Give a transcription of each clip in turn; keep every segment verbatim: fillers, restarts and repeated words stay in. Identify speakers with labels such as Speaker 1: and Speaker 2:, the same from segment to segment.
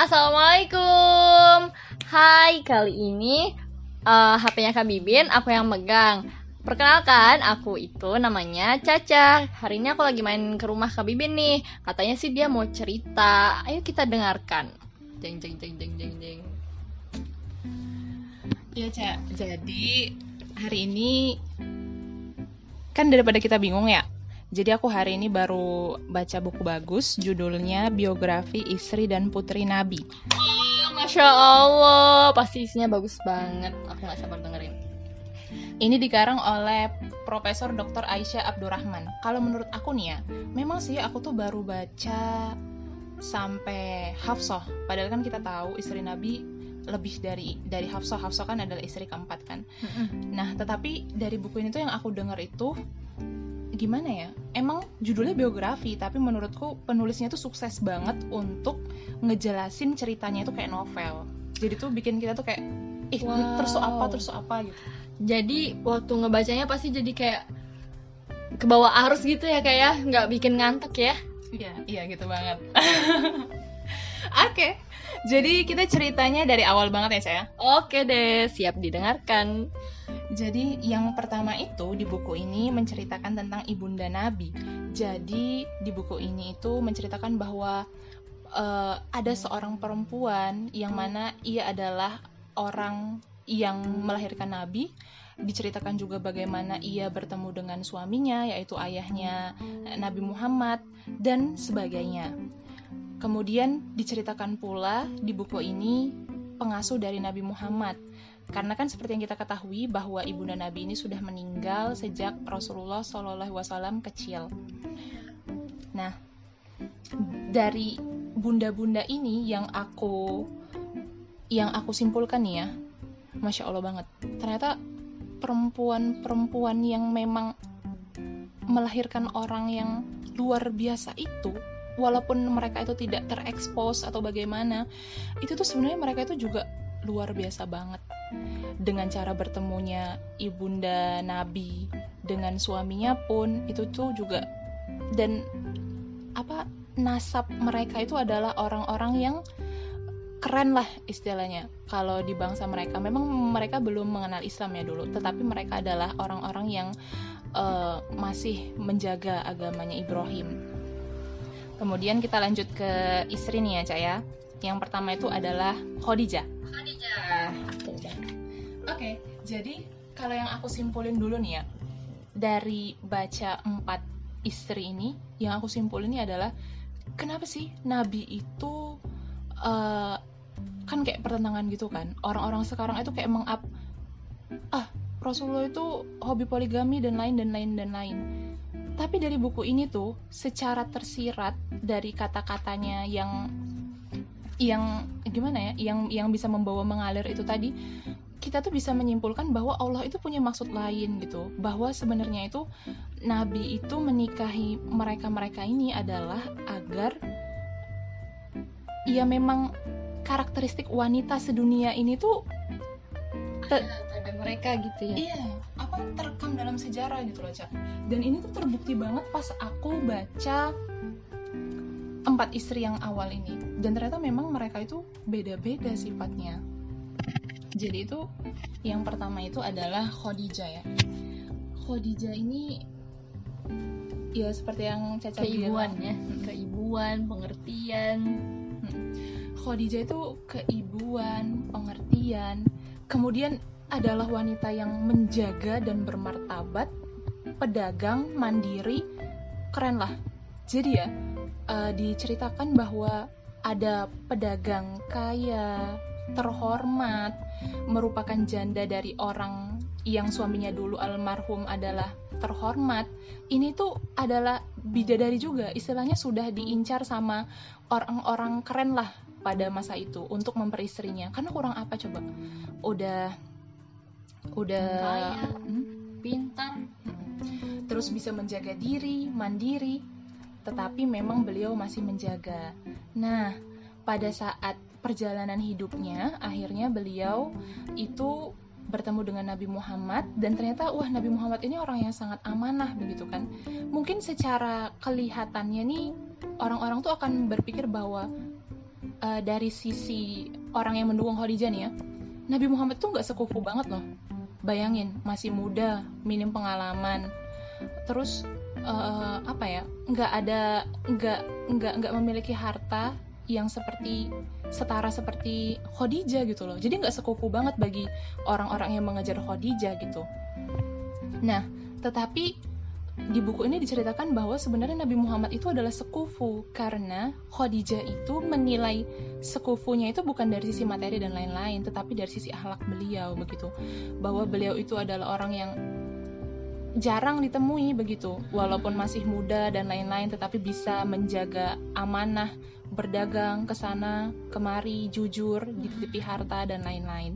Speaker 1: Assalamualaikum. Hai, kali ini uh, H P-nya Kak Bibin aku yang megang. Perkenalkan, aku itu namanya Caca. Hari ini aku lagi main ke rumah Kak Bibin nih. Katanya sih dia mau cerita. Ayo kita dengarkan. Jeng jeng jeng jeng jeng jeng.
Speaker 2: Iya, Cak. Jadi hari ini kan daripada kita bingung ya. Jadi aku hari ini baru baca buku bagus, judulnya Biografi Istri dan Putri Nabi.
Speaker 1: Oh, Masya Allah, pasti isinya bagus banget. Aku gak sabar dengerin.
Speaker 2: Ini dikarang oleh Profesor Doktor Aisyah Abdurrahman. Kalau menurut aku nih ya, memang sih aku tuh baru baca sampai Hafsah. Padahal kan kita tahu istri Nabi lebih dari dari Hafsah. Hafsah kan adalah istri keempat kan. Nah, tetapi dari buku ini tuh yang aku dengar itu gimana ya, emang judulnya biografi, tapi menurutku penulisnya tuh sukses banget untuk ngejelasin ceritanya itu kayak novel. Jadi tuh bikin kita tuh kayak ih
Speaker 1: Wow.
Speaker 2: terus tuh apa terus tuh apa gitu.
Speaker 1: Jadi waktu ngebacanya pasti jadi kayak ke bawah arus gitu ya, kayak nggak bikin ngantuk ya.
Speaker 2: Iya iya gitu banget. Oke, jadi kita ceritanya dari awal banget ya, saya.
Speaker 1: Oke deh, siap didengarkan.
Speaker 2: Jadi yang pertama itu di buku ini menceritakan tentang ibunda Nabi. Jadi di buku ini itu menceritakan bahwa uh, ada seorang perempuan yang mana ia adalah orang yang melahirkan Nabi. Diceritakan juga bagaimana ia bertemu dengan suaminya, yaitu ayahnya Nabi Muhammad dan sebagainya. Kemudian diceritakan pula di buku ini pengasuh dari Nabi Muhammad. Karena kan seperti yang kita ketahui bahwa ibunda Nabi ini sudah meninggal sejak Rasulullah shallallahu alaihi wasallam kecil. Nah, dari bunda-bunda ini yang aku yang aku simpulkan nih ya, Masya Allah banget. Ternyata perempuan-perempuan yang memang melahirkan orang yang luar biasa itu, walaupun mereka itu tidak terekspos atau bagaimana, itu tuh sebenarnya mereka itu juga luar biasa banget. Dengan cara bertemunya ibunda Nabi dengan suaminya pun itu tuh juga, dan apa nasab mereka itu adalah orang-orang yang keren lah istilahnya. Kalau di bangsa mereka, memang mereka belum mengenal Islam ya dulu, tetapi mereka adalah orang-orang yang uh, masih menjaga agamanya Ibrahim. Kemudian kita lanjut ke istri nih ya, Cak ya. Yang pertama itu adalah Khadijah.
Speaker 1: Khadijah.
Speaker 2: Oke, okay, jadi kalau yang aku simpulin dulu nih ya, dari baca empat istri ini, yang aku simpulin ini adalah kenapa sih Nabi itu uh, kan kayak pertentangan gitu kan. Orang-orang sekarang itu kayak meng-up ah Rasulullah itu hobi poligami dan lain dan lain dan lain. Tapi dari buku ini tuh secara tersirat dari kata-katanya yang yang gimana ya, yang yang bisa membawa mengalir itu tadi, kita tuh bisa menyimpulkan bahwa Allah itu punya maksud lain gitu, bahwa sebenarnya itu Nabi itu menikahi mereka-mereka ini adalah agar ya memang karakteristik wanita sedunia ini tuh
Speaker 1: te- ada mereka gitu ya.
Speaker 2: Iya, apa terekam dalam sejarah gitu loh, Cak. Dan ini tuh terbukti banget pas aku baca empat istri yang awal ini, dan ternyata memang mereka itu beda-beda sifatnya. Jadi itu yang pertama itu adalah Khadijah ya. Khadijah ini ya seperti yang Caca
Speaker 1: Keibuan
Speaker 2: bilang
Speaker 1: ya, keibuan, pengertian.
Speaker 2: Khadijah itu keibuan, pengertian, kemudian adalah wanita yang menjaga dan bermartabat, pedagang, mandiri, keren lah. Jadi ya Uh, diceritakan bahwa ada pedagang kaya, terhormat, merupakan janda dari orang yang suaminya dulu almarhum adalah terhormat. Ini tuh adalah bidadari juga, istilahnya sudah diincar sama orang-orang keren lah pada masa itu untuk memperistrinya. Karena kurang apa coba? Udah udah
Speaker 1: Kaya,
Speaker 2: hmm?
Speaker 1: pintar,
Speaker 2: hmm. terus bisa menjaga diri, mandiri. Tetapi memang beliau masih menjaga. Nah, pada saat perjalanan hidupnya, akhirnya beliau itu bertemu dengan Nabi Muhammad, dan ternyata wah Nabi Muhammad ini orang yang sangat amanah begitu kan. Mungkin secara kelihatannya nih orang-orang tuh akan berpikir bahwa uh, dari sisi orang yang mendukung Khadijah nih ya, Nabi Muhammad tuh nggak sekufu banget loh. Bayangin, masih muda, minim pengalaman, terus uh, apa ya, nggak ada, nggak nggak nggak memiliki harta yang seperti setara seperti Khadijah gitu loh. Jadi nggak sekufu banget bagi orang-orang yang mengejar Khadijah gitu. Nah, tetapi di buku ini diceritakan bahwa sebenarnya Nabi Muhammad itu adalah sekufu karena Khadijah itu menilai sekufunya itu bukan dari sisi materi dan lain-lain, tetapi dari sisi akhlak beliau begitu. Bahwa beliau itu adalah orang yang jarang ditemui begitu, walaupun masih muda dan lain-lain, tetapi bisa menjaga amanah, berdagang ke sana kemari, jujur, dititipi harta dan lain-lain.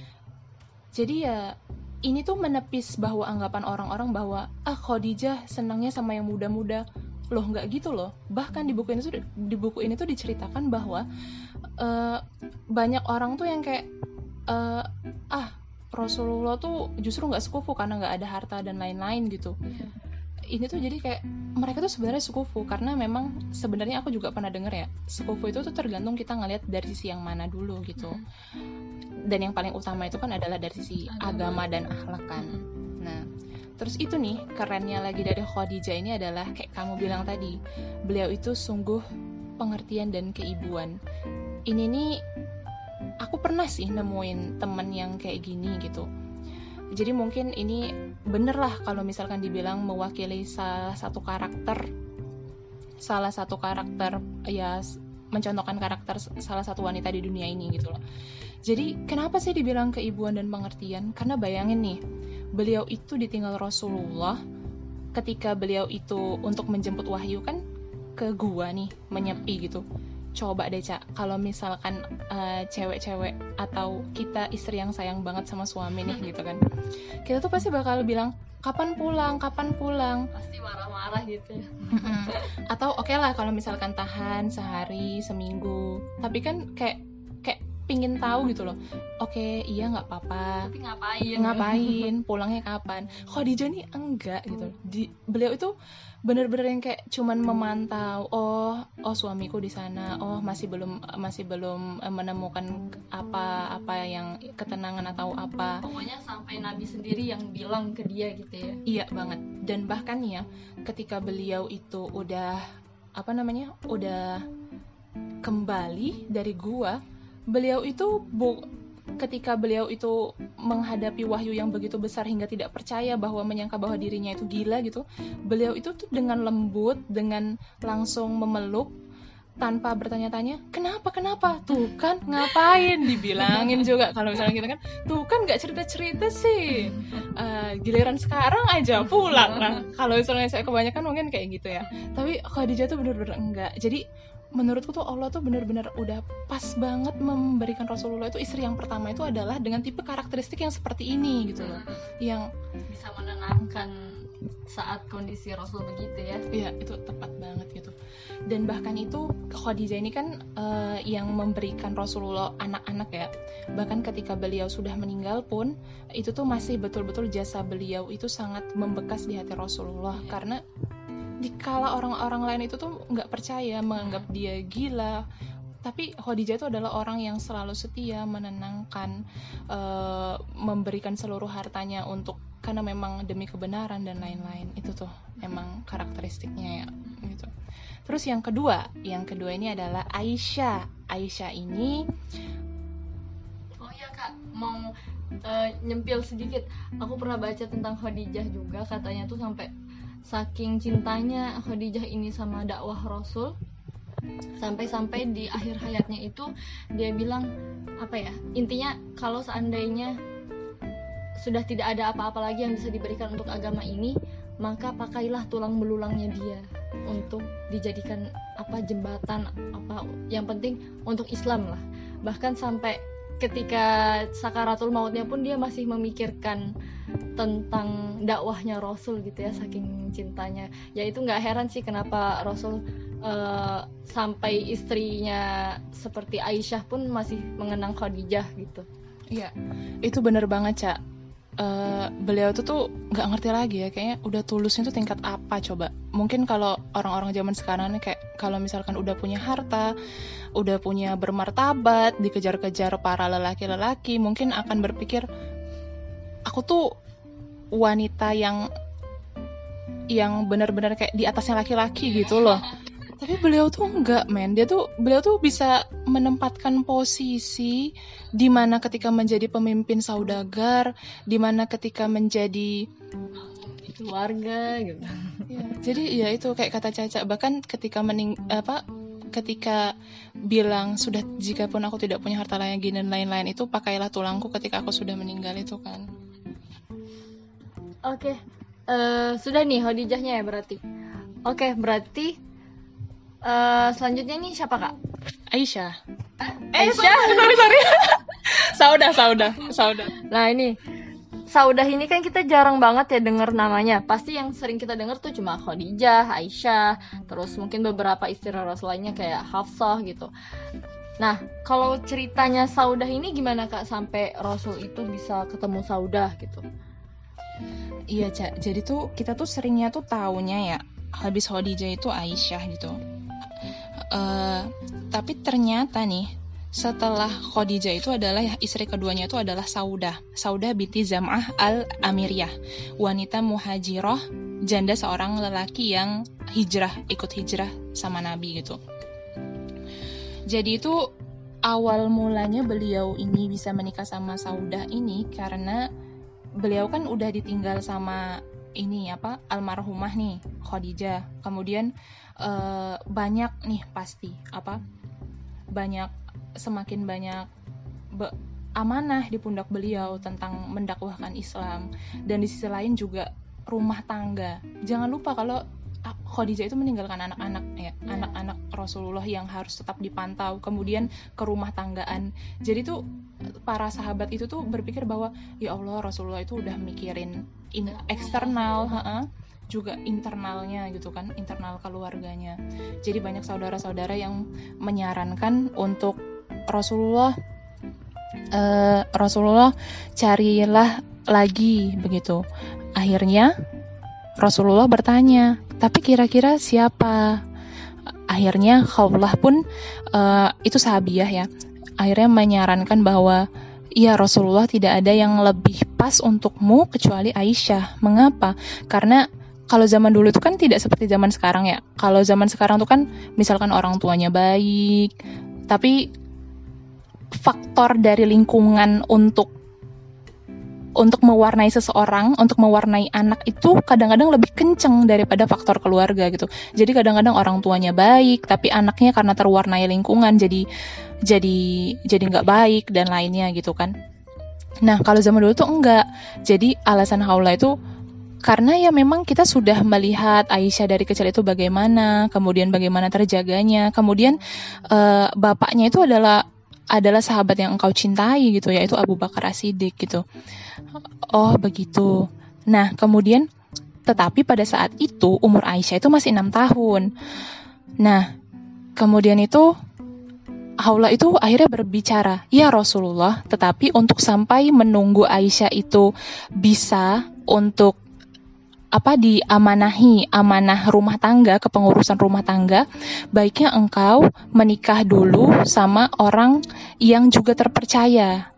Speaker 2: Jadi ya ini tuh menepis bahwa anggapan orang-orang bahwa ah Khadijah senangnya sama yang muda-muda. Loh, nggak gitu loh. Bahkan di buku ini tuh di buku ini tuh diceritakan bahwa uh, banyak orang tuh yang kayak uh, ah Rasulullah tuh justru nggak sekufu karena nggak ada harta dan lain-lain gitu. Ini tuh jadi kayak mereka tuh sebenarnya sekufu karena memang sebenarnya aku juga pernah dengar ya, sekufu itu tuh tergantung kita ngelihat dari sisi yang mana dulu gitu. Dan yang paling utama itu kan adalah dari sisi agama, agama dan akhlak kan. Nah, terus itu nih kerennya lagi dari Khadijah ini adalah kayak kamu bilang tadi, beliau itu sungguh pengertian dan keibuan. Ini nih aku pernah sih nemuin temen yang kayak gini gitu. Jadi mungkin ini bener lah kalau misalkan dibilang mewakili salah satu karakter, salah satu karakter ya mencontohkan karakter salah satu wanita di dunia ini gitu loh. Jadi kenapa sih dibilang keibuan dan pengertian? Karena bayangin nih, beliau itu ditinggal Rasulullah ketika beliau itu untuk menjemput wahyu kan ke gua nih, menyepi gitu. Coba deh Cak, kalau misalkan uh, cewek-cewek atau kita istri yang sayang banget sama suami nih gitu kan, kita tuh pasti bakal bilang kapan pulang, kapan pulang,
Speaker 1: pasti marah-marah gitu ya.
Speaker 2: Atau oke okay lah kalau misalkan tahan sehari, seminggu, tapi kan kayak kayak pingin tahu gitu loh. Oke, okay, iya nggak apa-apa.
Speaker 1: Tapi ngapain?
Speaker 2: Ngapain? Pulangnya kapan? Khadijah nih enggak gitu. Di, beliau itu benar-benar yang kayak cuman memantau. Oh, oh suamiku di sana. Oh masih belum masih belum menemukan apa-apa yang ketenangan atau apa.
Speaker 1: Pokoknya sampai Nabi sendiri yang bilang ke dia gitu ya.
Speaker 2: Iya banget. Dan bahkan ya, ketika beliau itu udah apa namanya, udah kembali dari gua, beliau itu bu, ketika beliau itu menghadapi wahyu yang begitu besar hingga tidak percaya bahwa menyangka bahwa dirinya itu gila gitu, beliau itu tuh dengan lembut, dengan langsung memeluk tanpa bertanya-tanya kenapa kenapa tuh kan ngapain, dibilangin juga kalau misalnya kita kan tuh kan nggak cerita-cerita sih, uh, giliran sekarang aja pulang lah. Kalau misalnya saya kebanyakan mungkin kayak gitu ya, tapi Khadijah tuh bener-bener enggak. Jadi menurutku tuh Allah tuh benar-benar udah pas banget memberikan Rasulullah itu istri yang pertama itu adalah dengan tipe karakteristik yang seperti ini gitu loh, yang
Speaker 1: bisa menenangkan saat kondisi Rasul begitu ya.
Speaker 2: Iya, itu tepat banget gitu. Dan bahkan itu Khadijah ini kan uh, yang memberikan Rasulullah anak-anak ya. Bahkan ketika beliau sudah meninggal pun itu tuh masih betul-betul jasa beliau itu sangat membekas di hati Rasulullah, ya. Karena dikala orang-orang lain itu tuh nggak percaya, menganggap dia gila, tapi Khadijah itu adalah orang yang selalu setia, menenangkan, uh, memberikan seluruh hartanya untuk karena memang demi kebenaran dan lain-lain. Itu tuh emang karakteristiknya ya gitu. Terus yang kedua, yang kedua ini adalah Aisyah. Aisyah ini,
Speaker 1: oh iya Kak, mau uh, nyempil sedikit. Aku pernah baca tentang Khadijah juga, katanya tuh sampai saking cintanya Khadijah ini sama dakwah Rasul, sampai-sampai di akhir hayatnya itu dia bilang apa ya, intinya kalau seandainya sudah tidak ada apa-apa lagi yang bisa diberikan untuk agama ini, maka pakailah tulang belulangnya dia untuk dijadikan apa jembatan, apa yang penting untuk Islam lah. Bahkan sampai ketika sakaratul mautnya pun dia masih memikirkan tentang dakwahnya Rasul gitu ya, saking cintanya. Ya itu nggak heran sih kenapa Rasul uh, sampai istrinya seperti Aisyah pun masih mengenang Khadijah gitu.
Speaker 2: Iya, itu benar banget Cak. uh, beliau tuh tuh nggak ngerti lagi ya, kayaknya udah tulusnya tuh tingkat apa coba. Mungkin kalau orang-orang zaman sekarang nih kayak kalau misalkan udah punya harta, udah punya bermartabat, dikejar-kejar para lelaki-lelaki, mungkin akan berpikir aku tuh wanita yang yang benar-benar kayak di atasnya laki-laki gitu loh. Tapi beliau tuh enggak, men. Dia tuh beliau tuh bisa menempatkan posisi di mana ketika menjadi pemimpin saudagar, di mana ketika menjadi
Speaker 1: keluarga gitu.
Speaker 2: Ya, jadi ya itu kayak kata Caca, bahkan ketika mening apa ketika bilang sudah jika pun aku tidak punya harta lagi dan lain-lain, itu pakailah tulangku ketika aku sudah meninggal itu kan.
Speaker 1: Oke. Uh, sudah nih Khadijahnya ya berarti. Oke, berarti Uh, selanjutnya nih siapa kak?
Speaker 2: Aisyah.
Speaker 1: Eh, Aisyah.
Speaker 2: Sorry sorry. Saudah Saudah Saudah.
Speaker 1: Nah ini Saudah ini kan kita jarang banget ya dengar namanya. Pasti yang sering kita dengar tuh cuma Khadijah, Aisyah, terus mungkin beberapa istri Rasul lainnya kayak Hafsah gitu. Nah kalau ceritanya Saudah ini gimana kak sampai Rasul itu bisa ketemu Saudah gitu?
Speaker 2: Iya Cak. Jadi tuh kita tuh seringnya tuh taunya ya habis Khadijah itu Aisyah gitu. Uh, tapi ternyata nih setelah Khadijah itu adalah istri keduanya itu adalah Saudah Saudah binti Zam'ah al-Amiriyah, wanita muhajirah, janda seorang lelaki yang hijrah, ikut hijrah sama Nabi gitu. Jadi itu awal mulanya beliau ini bisa menikah sama Saudah ini karena beliau kan udah ditinggal sama ini apa almarhumah nih Khadijah. Kemudian Uh, banyak nih pasti apa banyak semakin banyak be- amanah di pundak beliau tentang mendakwahkan Islam, dan di sisi lain juga rumah tangga. Jangan lupa kalau Khadijah itu meninggalkan anak-anak ya, anak-anak Rasulullah yang harus tetap dipantau, kemudian ke rumah tanggaan. Jadi tuh para sahabat itu tuh berpikir bahwa ya Allah, Rasulullah itu udah mikirin in- eksternal, ha-ha, juga internalnya gitu kan, internal keluarganya. Jadi banyak saudara-saudara yang menyarankan untuk Rasulullah uh, Rasulullah carilah lagi begitu. Akhirnya Rasulullah bertanya, tapi kira-kira siapa? Akhirnya Khawlah pun uh, itu sahabiah ya, akhirnya menyarankan bahwa ya Rasulullah, tidak ada yang lebih pas untukmu kecuali Aisyah. Mengapa? Karena kalau zaman dulu itu kan tidak seperti zaman sekarang ya. Kalau zaman sekarang tuh kan misalkan orang tuanya baik, tapi faktor dari lingkungan untuk untuk mewarnai seseorang, untuk mewarnai anak itu kadang-kadang lebih kenceng daripada faktor keluarga gitu. Jadi kadang-kadang orang tuanya baik, tapi anaknya karena terwarnai lingkungan jadi jadi jadi nggak baik dan lainnya gitu kan. Nah kalau zaman dulu tuh enggak. Jadi alasan Khawlah itu karena ya memang kita sudah melihat Aisyah dari kecil itu bagaimana, kemudian bagaimana terjaganya, kemudian uh, bapaknya itu adalah adalah sahabat yang engkau cintai gitu, yaitu Abu Bakar As-Siddiq gitu. Oh begitu. Nah kemudian, tetapi pada saat itu umur Aisyah itu masih enam tahun. Nah kemudian itu Khawlah itu akhirnya berbicara, ya Rasulullah, tetapi untuk sampai menunggu Aisyah itu bisa untuk apa diamanahi amanah rumah tangga, kepengurusan rumah tangga, baiknya engkau menikah dulu sama orang yang juga terpercaya,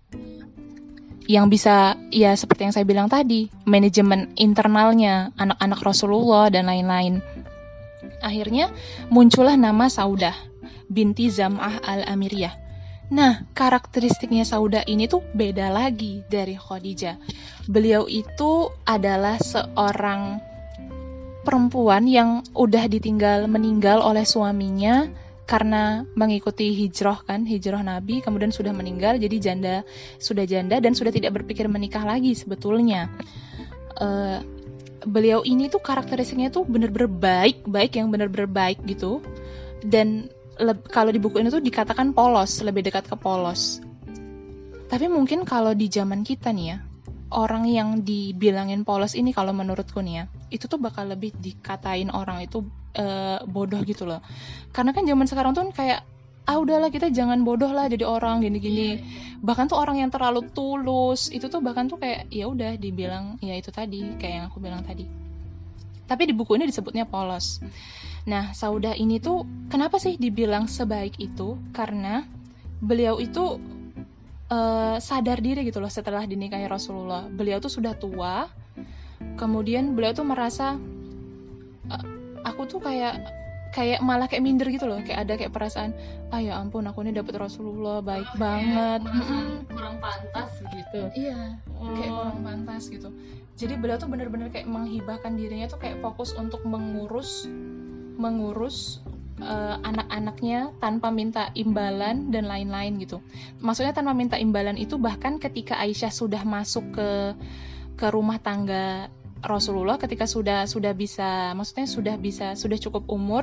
Speaker 2: yang bisa ya seperti yang saya bilang tadi, manajemen internalnya anak-anak Rasulullah dan lain-lain. Akhirnya muncullah nama Saudah binti Zam'ah al-Amiriyah. Nah, karakteristiknya Saudah ini tuh beda lagi dari Khadijah. Beliau itu adalah seorang perempuan yang udah ditinggal meninggal oleh suaminya karena mengikuti hijrah kan, hijrah Nabi, kemudian sudah meninggal, jadi janda, sudah janda dan sudah tidak berpikir menikah lagi sebetulnya. Uh, beliau ini tuh karakteristiknya tuh bener-bener baik, baik yang bener-bener baik gitu. Dan le- kalau di buku ini tuh dikatakan polos, lebih dekat ke polos. Tapi mungkin kalau di zaman kita nih ya, orang yang dibilangin polos ini kalau menurutku nih ya, itu tuh bakal lebih dikatain orang itu uh, bodoh gitu loh. Karena kan zaman sekarang tuh kayak ah udahlah kita jangan bodoh lah jadi orang gini-gini. Bahkan tuh orang yang terlalu tulus itu tuh bahkan tuh kayak ya udah dibilang ya itu tadi kayak yang aku bilang tadi. Tapi di buku ini disebutnya polos. Nah, Saudah ini tuh kenapa sih dibilang sebaik itu? Karena beliau itu uh, sadar diri gitu loh setelah dinikahi Rasulullah. Beliau tuh sudah tua. Kemudian beliau tuh merasa uh, aku tuh kayak kayak malah kayak minder gitu loh, kayak ada kayak perasaan ah ya ampun aku ini dapet Rasulullah baik oh, banget
Speaker 1: kayak kurang pantas gitu.
Speaker 2: Iya, oh. Kayak kurang pantas gitu. Jadi beliau tuh benar-benar kayak menghibahkan dirinya tuh kayak fokus untuk mengurus mengurus uh, anak-anaknya tanpa minta imbalan dan lain-lain gitu. Maksudnya tanpa minta imbalan itu bahkan ketika Aisyah sudah masuk ke ke rumah tangga Rasulullah, ketika sudah sudah bisa, maksudnya sudah bisa, sudah cukup umur,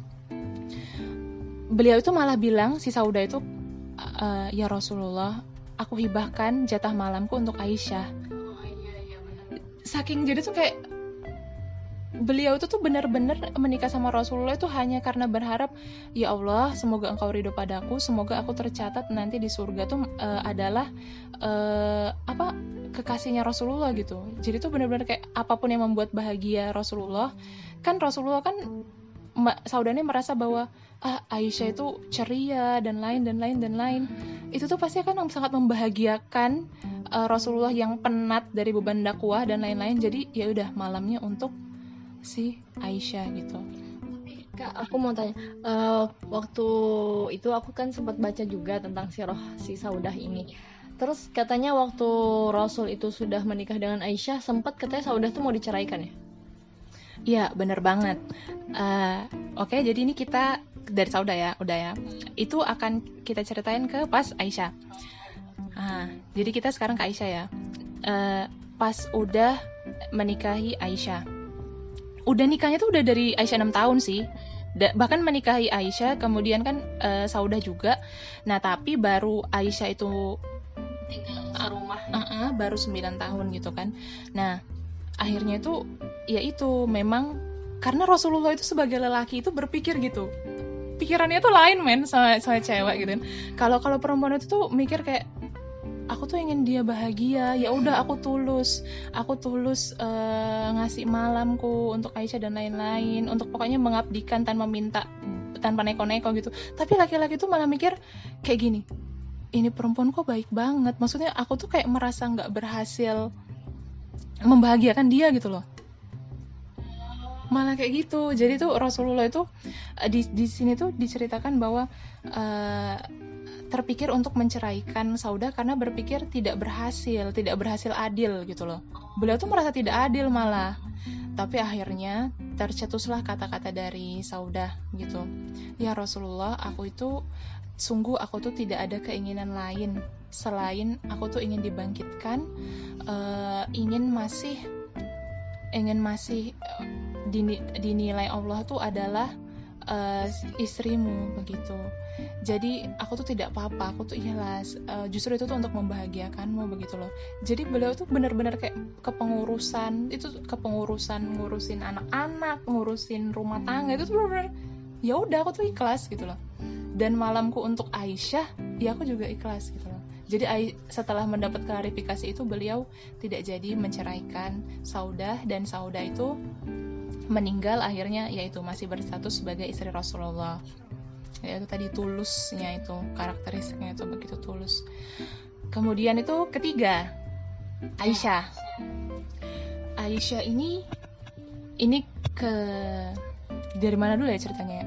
Speaker 2: beliau itu malah bilang si Saudah itu, e, ya Rasulullah, aku hibahkan jatah malamku untuk Aisyah.
Speaker 1: Oh iya iya benar.
Speaker 2: Saking jadi tuh kayak beliau itu tuh benar-benar menikah sama Rasulullah itu hanya karena berharap ya Allah semoga engkau ridho padaku, semoga aku tercatat nanti di surga tuh uh, adalah uh, apa kekasihnya Rasulullah gitu. Jadi tuh benar-benar kayak apapun yang membuat bahagia Rasulullah. Kan Rasulullah kan Saudanya merasa bahwa ah Aisyah itu ceria dan lain dan lain dan lain. Itu tuh pasti akan sangat membahagiakan uh, Rasulullah yang penat dari beban dakwah dan lain-lain. Jadi ya udah malamnya untuk si Aisyah gitu.
Speaker 1: Kak, aku mau tanya, uh, waktu itu aku kan sempat baca juga tentang sirah si Saudah ini. Terus katanya waktu Rasul itu sudah menikah dengan Aisyah, sempat katanya Saudah tuh mau diceraikan ya?
Speaker 2: Iya, bener banget. Uh, Oke, okay, jadi ini kita dari Saudah ya, udah ya. Itu akan kita ceritain ke pas Aisyah. Nah, jadi kita sekarang ke Aisyah ya. Uh, pas udah menikahi Aisyah. Udah nikahnya tuh udah dari Aisyah enam tahun sih. Da- bahkan menikahi Aisyah, kemudian kan uh, Saudah juga. Nah, tapi baru Aisyah itu
Speaker 1: tinggal serumah.
Speaker 2: Uh, uh, uh, baru sembilan tahun gitu kan. Nah, akhirnya itu ya itu memang karena Rasulullah itu sebagai lelaki itu berpikir gitu. Pikirannya tuh lain men sama sama cewek gitu kan. Kalau kalau perempuan itu tuh mikir kayak aku tuh ingin dia bahagia, ya udah aku tulus, aku tulus uh, ngasih malamku untuk Aisyah dan lain-lain, untuk pokoknya mengabdikan tanpa minta, tanpa neko-neko gitu. Tapi laki-laki tuh malah mikir kayak gini, ini perempuan kok baik banget, maksudnya aku tuh kayak merasa nggak berhasil membahagiakan dia gitu loh, malah kayak gitu. Jadi tuh Rasulullah itu di di sini tuh diceritakan bahwa uh, terpikir untuk menceraikan Saudah karena berpikir tidak berhasil, tidak berhasil adil gitu loh. Beliau tuh merasa tidak adil malah. Tapi akhirnya tercetuslah kata-kata dari Saudah gitu. Ya Rasulullah, aku itu sungguh aku tuh tidak ada keinginan lain selain aku tuh ingin dibangkitkan, uh, ingin masih ingin masih uh, dinilai Allah tuh adalah uh, istrimu begitu. Jadi aku tuh tidak apa-apa, aku tuh ikhlas. Uh, justru itu tuh untuk membahagiakanmu begitu loh. Jadi beliau tuh benar-benar kayak kepengurusan, itu kepengurusan ngurusin anak-anak, ngurusin rumah tangga itu tuh benar-benar ya udah aku tuh ikhlas gitu loh. Dan malamku untuk Aisyah, ya aku juga ikhlas gitu loh. Jadi setelah mendapat klarifikasi itu beliau tidak jadi menceraikan Saudah dan Saudah itu meninggal akhirnya yaitu masih berstatus sebagai istri Rasulullah. Ya itu tadi tulusnya itu, karakteristiknya itu begitu tulus. Kemudian itu ketiga, Aisyah. Aisyah ini ini ke dari mana dulu ya ceritanya?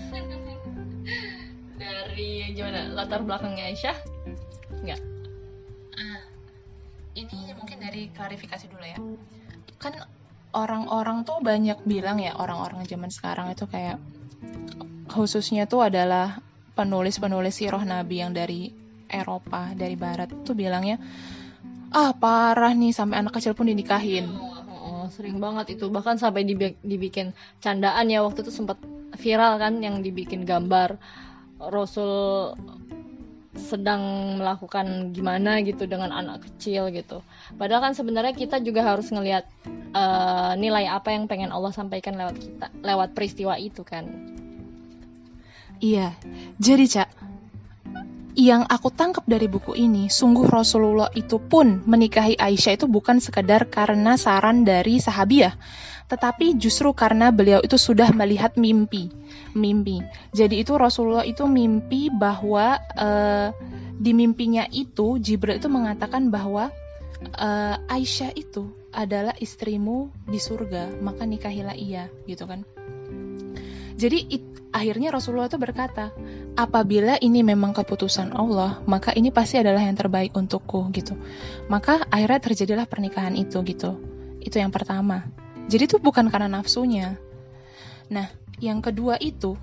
Speaker 1: Dari gimana latar belakangnya Aisyah? Enggak.
Speaker 2: Ah, ini mungkin dari klarifikasi dulu ya. Kan orang-orang tuh banyak bilang ya, orang-orang zaman sekarang itu kayak khususnya tuh adalah penulis-penulis sirah Nabi yang dari Eropa, dari Barat tuh bilangnya ah parah nih sampai anak kecil pun dinikahin.
Speaker 1: Oh, sering banget itu, bahkan sampai dibikin candaan ya, waktu itu sempat viral kan yang dibikin gambar Rasul sedang melakukan gimana gitu dengan anak kecil gitu. Padahal kan sebenarnya kita juga harus ngelihat uh, nilai apa yang pengen Allah sampaikan lewat kita, lewat peristiwa itu kan.
Speaker 2: Iya, jadi Cak, yang aku tangkap dari buku ini, sungguh Rasulullah itu pun menikahi Aisyah itu bukan sekadar karena saran dari sahabiah, tetapi justru karena beliau itu sudah melihat mimpi. Mimpi. Jadi itu Rasulullah itu mimpi bahwa uh, di mimpinya itu Jibril itu mengatakan bahwa uh, Aisyah itu adalah istrimu di surga, maka nikahilah ia, gitu kan. Jadi it, akhirnya Rasulullah itu berkata, apabila ini memang keputusan Allah, maka ini pasti adalah yang terbaik untukku gitu. Maka akhirnya terjadilah pernikahan itu gitu. Itu yang pertama. Jadi itu bukan karena nafsunya. Nah, yang kedua itu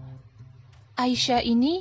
Speaker 2: Aisyah ini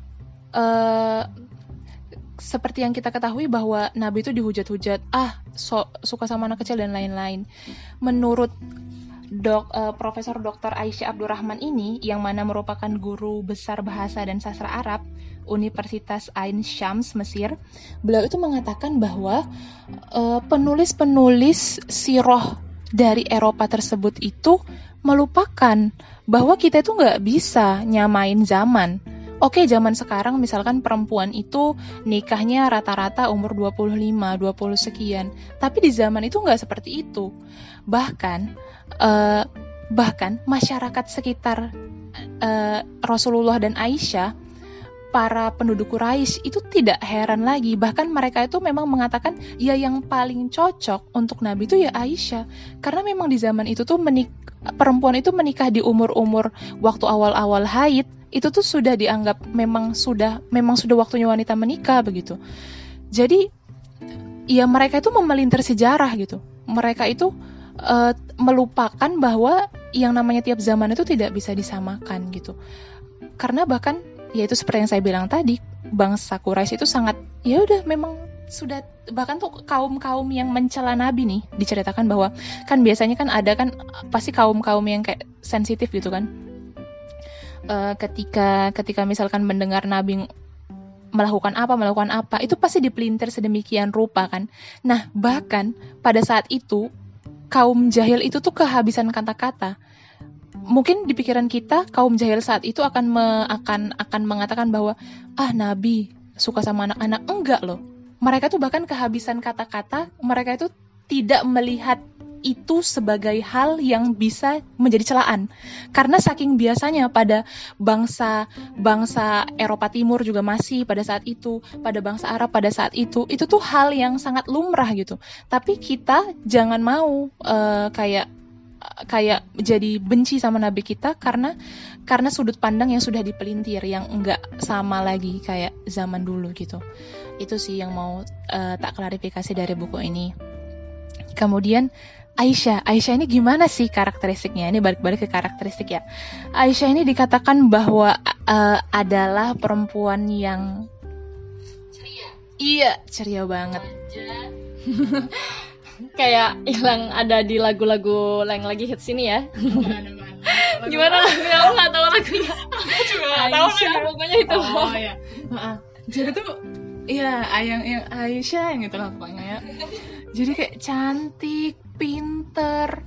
Speaker 2: uh, seperti yang kita ketahui bahwa Nabi itu dihujat-hujat, ah so, suka sama anak kecil dan lain-lain. Menurut Dok, uh, Profesor Doktor Aisyah Abdurrahman ini, yang mana merupakan guru besar bahasa dan sastra Arab Universitas Ain Syams Mesir, beliau itu mengatakan bahwa uh, penulis-penulis sirah dari Eropa tersebut itu melupakan bahwa kita itu nggak bisa nyamain zaman. Oke, zaman sekarang misalkan perempuan itu nikahnya rata-rata umur dua puluh lima, dua puluh sekian. Tapi di zaman itu nggak seperti itu. Bahkan, uh, bahkan masyarakat sekitar uh, Rasulullah dan Aisyah, para penduduk Quraisy itu tidak heran lagi. Bahkan mereka itu memang mengatakan, ya yang paling cocok untuk Nabi itu ya Aisyah. Karena memang di zaman itu tuh menik- perempuan itu menikah di umur-umur waktu awal-awal haid, itu tuh sudah dianggap memang sudah memang sudah waktunya wanita menikah begitu. Jadi ya mereka itu memelintir sejarah gitu. Mereka itu uh, melupakan bahwa yang namanya tiap zaman itu tidak bisa disamakan gitu. Karena bahkan ya itu seperti yang saya bilang tadi, bangsa Quraisy itu sangat ya udah memang sudah, bahkan tuh kaum-kaum yang mencela Nabi nih diceritakan bahwa kan biasanya kan ada kan pasti kaum-kaum yang kayak sensitif gitu kan. Uh, ketika ketika misalkan mendengar Nabi melakukan apa melakukan apa itu pasti dipelintir sedemikian rupa kan. Nah bahkan pada saat itu kaum jahil itu tuh kehabisan kata-kata. Mungkin di pikiran kita kaum jahil saat itu akan me, akan akan mengatakan bahwa ah Nabi suka sama anak-anak. Enggak loh. Mereka tuh bahkan kehabisan kata-kata. Mereka itu tidak melihat itu sebagai hal yang bisa menjadi celaan. Karena saking biasanya pada bangsa bangsa Eropa Timur juga masih pada saat itu, pada bangsa Arab pada saat itu, itu tuh hal yang sangat lumrah gitu. Tapi kita jangan mau uh, kayak kayak jadi benci sama Nabi kita karena karena sudut pandang yang sudah dipelintir yang enggak sama lagi kayak zaman dulu gitu. Itu sih yang mau uh, tak klarifikasi dari buku ini. Kemudian Aisyah, Aisyah ini gimana sih karakteristiknya? Ini balik-balik ke karakteristik ya. Aisyah ini dikatakan bahwa uh, adalah perempuan yang
Speaker 1: ceria.
Speaker 2: Iya, ceria banget.
Speaker 1: Kayak yang ada di lagu-lagu yang lagi hits ini ya.
Speaker 2: Gimana?
Speaker 1: Gimana lagunya? Aku nggak tahu lagunya.
Speaker 2: Aku juga nggak tahu
Speaker 1: Aisyah, pokoknya itu.
Speaker 2: Oh ya. Maaf. Jadi tuh, iya, yang yang Aisyah gitu lah pokoknya ya. Jadi kayak cantik, pinter,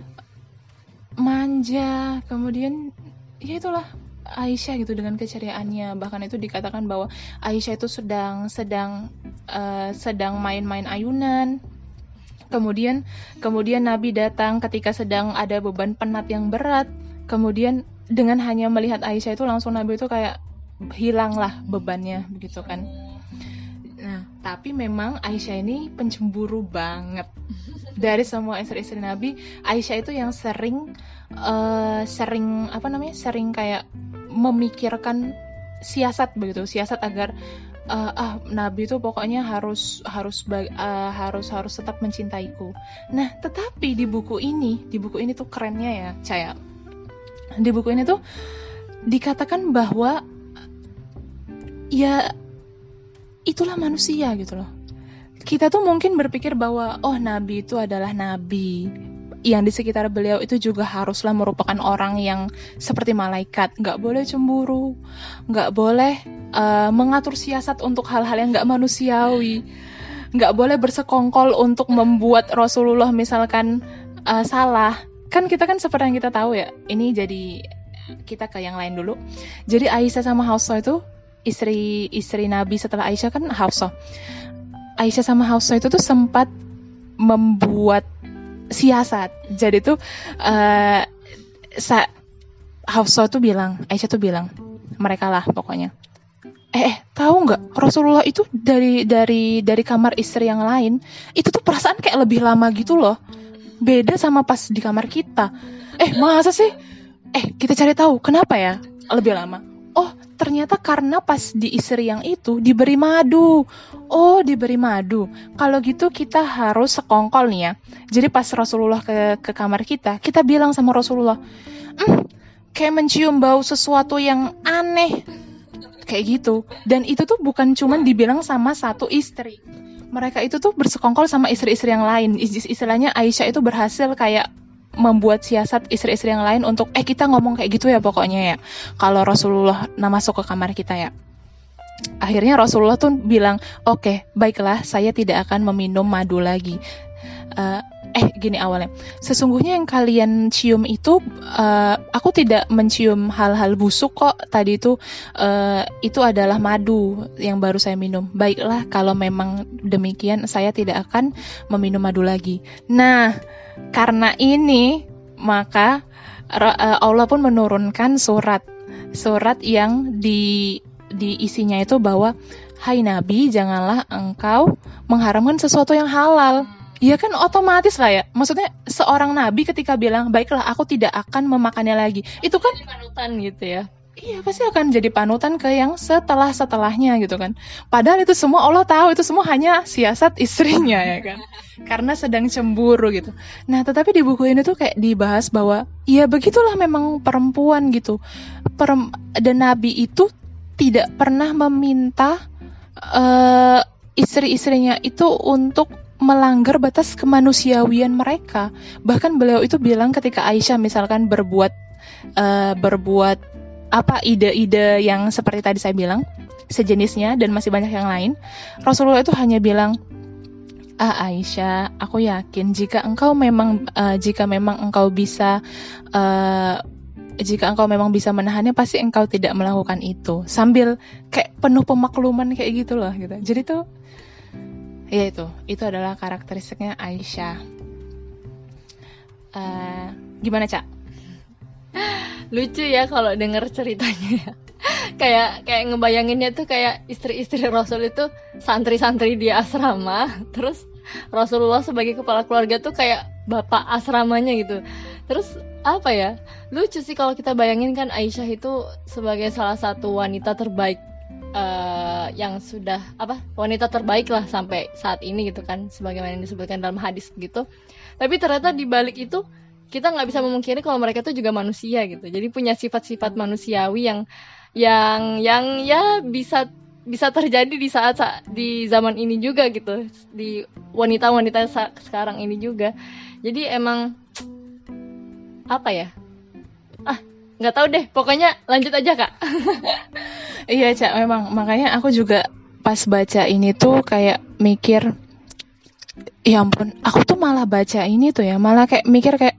Speaker 2: manja, kemudian ya itulah Aisyah gitu dengan keceriaannya. Bahkan itu dikatakan bahwa Aisyah itu sedang sedang uh, sedang main-main ayunan. Kemudian kemudian Nabi datang ketika sedang ada beban penat yang berat. Kemudian dengan hanya melihat Aisyah itu langsung Nabi itu kayak hilanglah bebannya begitu kan. Nah, tapi memang Aisyah ini pencemburu banget. Dari semua istri-istri Nabi, Aisyah itu yang sering uh, sering apa namanya? sering kayak memikirkan siasat begitu, siasat agar uh, ah Nabi itu pokoknya harus harus uh, harus harus tetap mencintaiku. Nah, tetapi di buku ini, di buku ini tuh kerennya ya, Caya. Di buku ini tuh dikatakan bahwa ya itulah manusia gitu loh. Kita tuh mungkin berpikir bahwa oh Nabi itu adalah Nabi, yang di sekitar beliau itu juga haruslah merupakan orang yang seperti malaikat, nggak boleh cemburu, nggak boleh uh, mengatur siasat untuk hal-hal yang nggak manusiawi, nggak boleh bersekongkol untuk membuat Rasulullah misalkan uh, salah. Kan kita kan seperti yang kita tahu ya, ini jadi kita ke yang lain dulu. Jadi Aisyah sama Hafsah itu istri istri Nabi setelah Aisyah kan Hafsah. Aisyah sama Hafsah itu tuh sempat membuat siasat. Jadi tuh uh, sa- Hafsah tuh bilang, Aisyah tuh bilang, mereka lah pokoknya. Eh, eh tahu nggak Rasulullah itu dari dari dari kamar istri yang lain itu tuh perasaan kayak lebih lama gitu loh. Beda sama pas di kamar kita. Eh masa sih? Eh kita cari tahu kenapa ya lebih lama. Oh ternyata karena pas di istri yang itu diberi madu. Oh diberi madu. Kalau gitu kita harus sekongkol nih ya. Jadi pas Rasulullah ke ke kamar kita, kita bilang sama Rasulullah, hmm, kayak mencium bau sesuatu yang aneh. Kayak gitu. Dan itu tuh bukan cuman dibilang sama satu istri. Mereka itu tuh bersekongkol sama istri-istri yang lain. Istilahnya Aisyah itu berhasil kayak membuat siasat istri-istri yang lain untuk eh kita ngomong kayak gitu ya pokoknya ya. Kalau Rasulullah nah masuk ke kamar kita ya. Akhirnya Rasulullah tuh bilang, oke okay, baiklah saya tidak akan meminum madu lagi. Uh, eh gini awalnya, sesungguhnya yang kalian cium itu uh, aku tidak mencium hal-hal busuk kok. Tadi itu uh, itu adalah madu yang baru saya minum. Baiklah kalau memang demikian saya tidak akan meminum madu lagi. Nah karena ini maka uh, Allah pun menurunkan surat surat yang di di isinya itu bahwa hai Nabi janganlah engkau mengharamkan sesuatu yang halal. Ya kan otomatis lah ya. Maksudnya seorang nabi ketika bilang, baiklah aku tidak akan memakannya lagi. Itu kan
Speaker 1: jadi panutan gitu ya.
Speaker 2: Iya pasti akan jadi panutan ke yang setelah-setelahnya gitu kan. Padahal itu semua Allah tahu, itu semua hanya siasat istrinya ya kan. Karena sedang cemburu gitu. Nah tetapi di buku ini tuh kayak dibahas bahwa ya begitulah memang perempuan gitu. Perem- dan Nabi itu tidak pernah meminta uh, istri-istrinya itu untuk melanggar batas kemanusiawian mereka. Bahkan beliau itu bilang ketika Aisyah misalkan berbuat uh, berbuat apa ide-ide yang seperti tadi saya bilang sejenisnya dan masih banyak yang lain, Rasulullah itu hanya bilang, ah Aisyah, aku yakin jika engkau memang uh, jika memang engkau bisa uh, jika engkau memang bisa menahannya pasti engkau tidak melakukan itu. Sambil kayak penuh pemakluman kayak gitu loh gitu. Jadi tuh ya itu, itu adalah karakteristiknya Aisyah. Uh, gimana Cak?
Speaker 1: Lucu ya kalau denger ceritanya. kayak kayak ngebayanginnya tuh kayak istri-istri Rasul itu santri-santri di asrama, terus Rasulullah sebagai kepala keluarga tuh kayak bapak asramanya gitu. Terus apa ya? Lucu sih kalau kita bayangin kan Aisyah itu sebagai salah satu wanita terbaik. Uh, yang sudah apa wanita terbaik lah sampai saat ini gitu kan, sebagaimana yang disebutkan dalam hadis gitu. Tapi ternyata di balik itu kita nggak bisa memungkiri kalau mereka itu juga manusia gitu. Jadi punya sifat-sifat manusiawi yang yang yang ya bisa bisa terjadi di saat, saat di zaman ini juga gitu, di wanita-wanita sa- sekarang ini juga. Jadi emang apa ya? Ah nggak tahu deh. Pokoknya lanjut aja Kak.
Speaker 2: Iya Cak, memang makanya aku juga pas baca ini tuh kayak mikir, ya ampun, aku tuh malah baca ini tuh ya, malah kayak mikir kayak,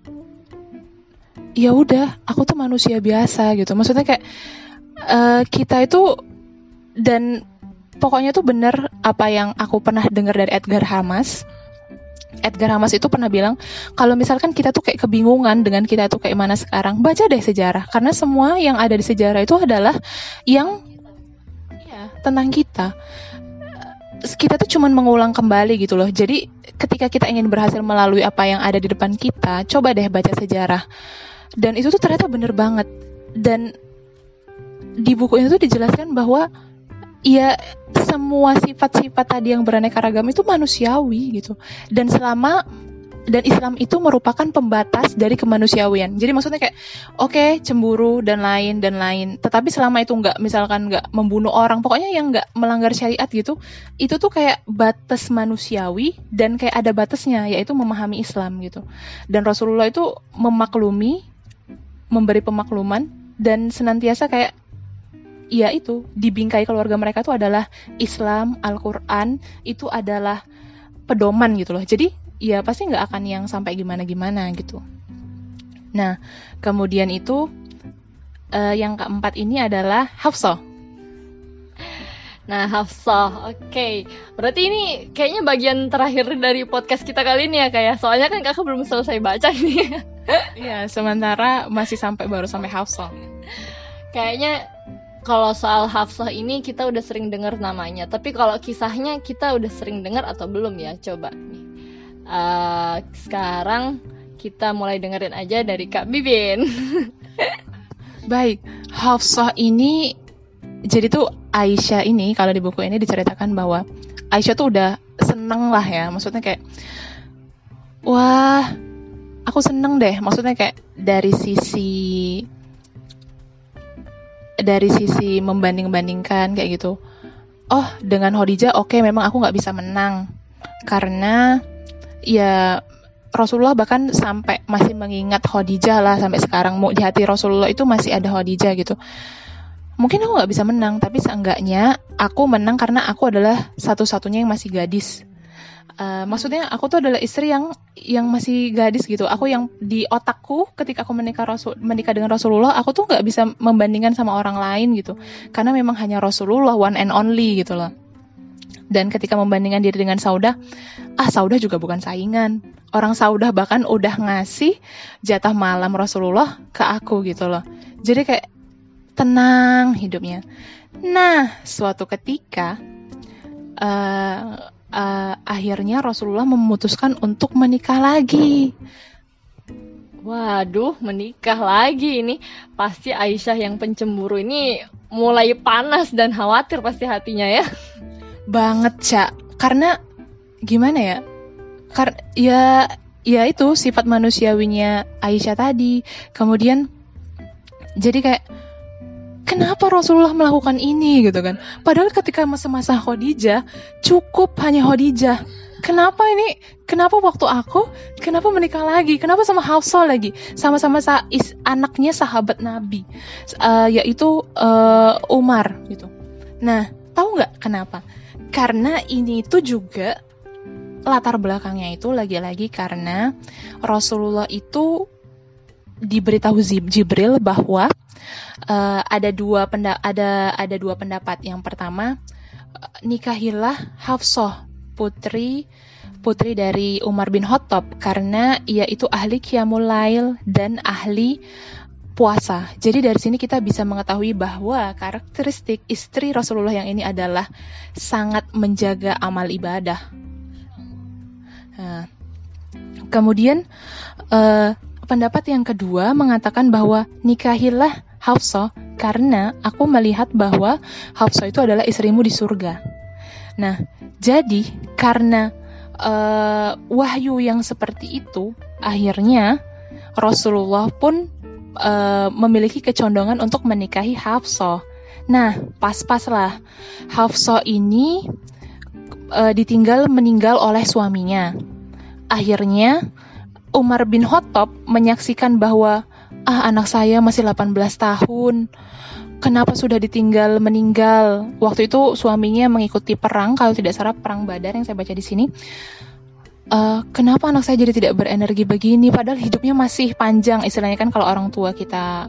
Speaker 2: ya udah, aku tuh manusia biasa gitu. Maksudnya kayak uh, kita itu dan pokoknya tuh bener apa yang aku pernah dengar dari Edgar Hamas. Edgar Hamas itu pernah bilang kalau misalkan kita tuh kayak kebingungan dengan kita tuh kayak mana sekarang, baca deh sejarah, karena semua yang ada di sejarah itu adalah yang tentang kita. Kita tuh cuman mengulang kembali gitu loh. Jadi ketika kita ingin berhasil melalui apa yang ada di depan kita, coba deh baca sejarah. Dan itu tuh ternyata bener banget. Dan di buku ini tuh dijelaskan bahwa ya semua sifat-sifat tadi yang beraneka ragam itu manusiawi gitu. Dan selama dan Islam itu merupakan pembatas dari kemanusiawian. Jadi maksudnya kayak oke okay, cemburu dan lain dan lain. Tetapi selama itu nggak misalkan nggak membunuh orang, pokoknya yang nggak melanggar syariat gitu, itu tuh kayak batas manusiawi dan kayak ada batasnya, yaitu memahami Islam gitu. Dan Rasulullah itu memaklumi, memberi pemakluman dan senantiasa kayak ya itu dibingkai keluarga mereka itu adalah Islam, Al-Quran itu adalah pedoman gitu loh. Jadi ya pasti nggak akan yang sampai gimana-gimana gitu. Nah kemudian itu uh, yang keempat ini adalah Hafsah.
Speaker 1: Nah, Hafsah, oke. Okay. Berarti ini kayaknya bagian terakhir dari podcast kita kali ini ya, kayak. Soalnya kan kakak belum selesai baca nih.
Speaker 2: Iya, sementara masih sampai baru sampai Hafsah.
Speaker 1: Kayaknya kalau soal Hafsah ini kita udah sering dengar namanya, tapi kalau kisahnya kita udah sering dengar atau belum ya? Coba nih. Uh, sekarang kita mulai dengerin aja dari Kak Bibin.
Speaker 2: Baik, Hafsah ini jadi tuh Aisyah ini kalau di buku ini diceritakan bahwa Aisyah tuh udah seneng lah ya, maksudnya kayak wah aku seneng deh, maksudnya kayak dari sisi dari sisi membanding-bandingkan kayak gitu. Oh, dengan Khadijah oke okay, memang aku nggak bisa menang karena ya Rasulullah bahkan sampai masih mengingat Khadijah lah sampai sekarang, di hati Rasulullah itu masih ada Khadijah gitu. Mungkin aku nggak bisa menang, tapi seenggaknya aku menang karena aku adalah satu-satunya yang masih gadis. Uh, maksudnya aku tuh adalah istri yang yang masih gadis gitu. Aku yang di otakku ketika aku menikah Rasul menikah dengan Rasulullah, aku tuh nggak bisa membandingkan sama orang lain gitu. Karena memang hanya Rasulullah one and only gitu loh. Dan ketika membandingkan diri dengan Saudah, ah Saudah juga bukan saingan. Orang Saudah bahkan udah ngasih jatah malam Rasulullah ke aku gitu loh. Jadi kayak tenang hidupnya. Nah, suatu ketika uh, uh, akhirnya Rasulullah memutuskan untuk menikah lagi.
Speaker 1: Waduh, menikah lagi ini. Pasti Aisyah yang pencemburu ini mulai panas dan khawatir pasti hatinya ya.
Speaker 2: Banget, Cak. Karena gimana ya? Karena ya ya itu sifat manusiawinya Aisyah tadi. Kemudian jadi kayak kenapa Rasulullah melakukan ini gitu kan? Padahal ketika masa-masa Khadijah cukup hanya Khadijah. Kenapa ini? Kenapa waktu aku? Kenapa menikah lagi? Kenapa sama Hafsah lagi? Sama-sama sa- is- anaknya sahabat Nabi, uh, yaitu uh, Umar gitu. Nah, tahu nggak kenapa? Karena ini itu juga latar belakangnya itu lagi-lagi karena Rasulullah itu diberitahu Jibril bahwa Uh, ada dua penda- ada ada dua pendapat. Yang pertama, uh, nikahilah Hafsah, putri putri dari Umar bin Khattab, karena ia itu ahli qiyamul lail dan ahli puasa. Jadi dari sini kita bisa mengetahui bahwa karakteristik istri Rasulullah yang ini adalah sangat menjaga amal ibadah. Nah, kemudian uh, pendapat yang kedua mengatakan bahwa nikahilah Hafsah karena aku melihat bahwa Hafsah itu adalah istrimu di surga. Nah, jadi karena uh, wahyu yang seperti itu, akhirnya Rasulullah pun uh, memiliki kecondongan untuk menikahi Hafsah. Nah, pas-pas lah Hafsah ini uh, ditinggal meninggal oleh suaminya. Akhirnya Umar bin Khattab menyaksikan bahwa ah anak saya masih delapan belas tahun, kenapa sudah ditinggal meninggal? Waktu itu suaminya mengikuti perang, kalau tidak salah perang Badar yang saya baca di sini. Uh, kenapa anak saya jadi tidak berenergi begini? Padahal hidupnya masih panjang, istilahnya kan kalau orang tua kita.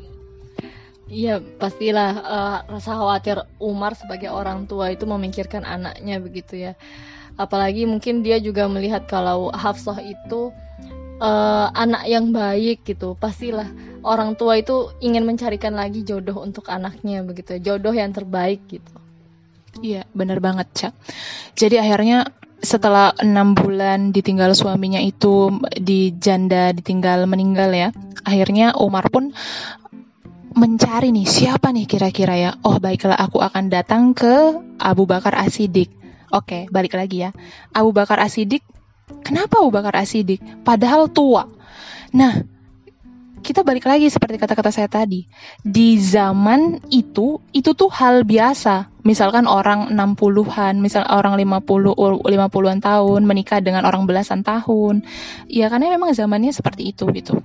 Speaker 1: Iya, pastilah uh, rasa khawatir Umar sebagai orang tua itu memikirkan anaknya begitu ya. Apalagi mungkin dia juga melihat kalau Hafsah itu Uh, anak yang baik gitu, pastilah orang tua itu ingin mencarikan lagi jodoh untuk anaknya begitu, jodoh yang terbaik gitu.
Speaker 2: Iya, benar banget, Cak. Jadi akhirnya setelah enam bulan ditinggal suaminya itu, di janda ditinggal meninggal ya, akhirnya Umar pun mencari nih siapa nih kira-kira ya. Oh baiklah, aku akan datang ke Abu Bakar As-Siddiq. Oke, balik lagi ya. Abu Bakar As-Siddiq. Kenapa Abu Bakar As-Siddiq? Padahal tua. Nah, kita balik lagi seperti kata-kata saya tadi. Di zaman itu, itu tuh hal biasa. Misalkan orang enam puluhan, misal orang lima puluh, lima puluhan tahun menikah dengan orang belasan tahun. Ya karena memang zamannya seperti itu gitu.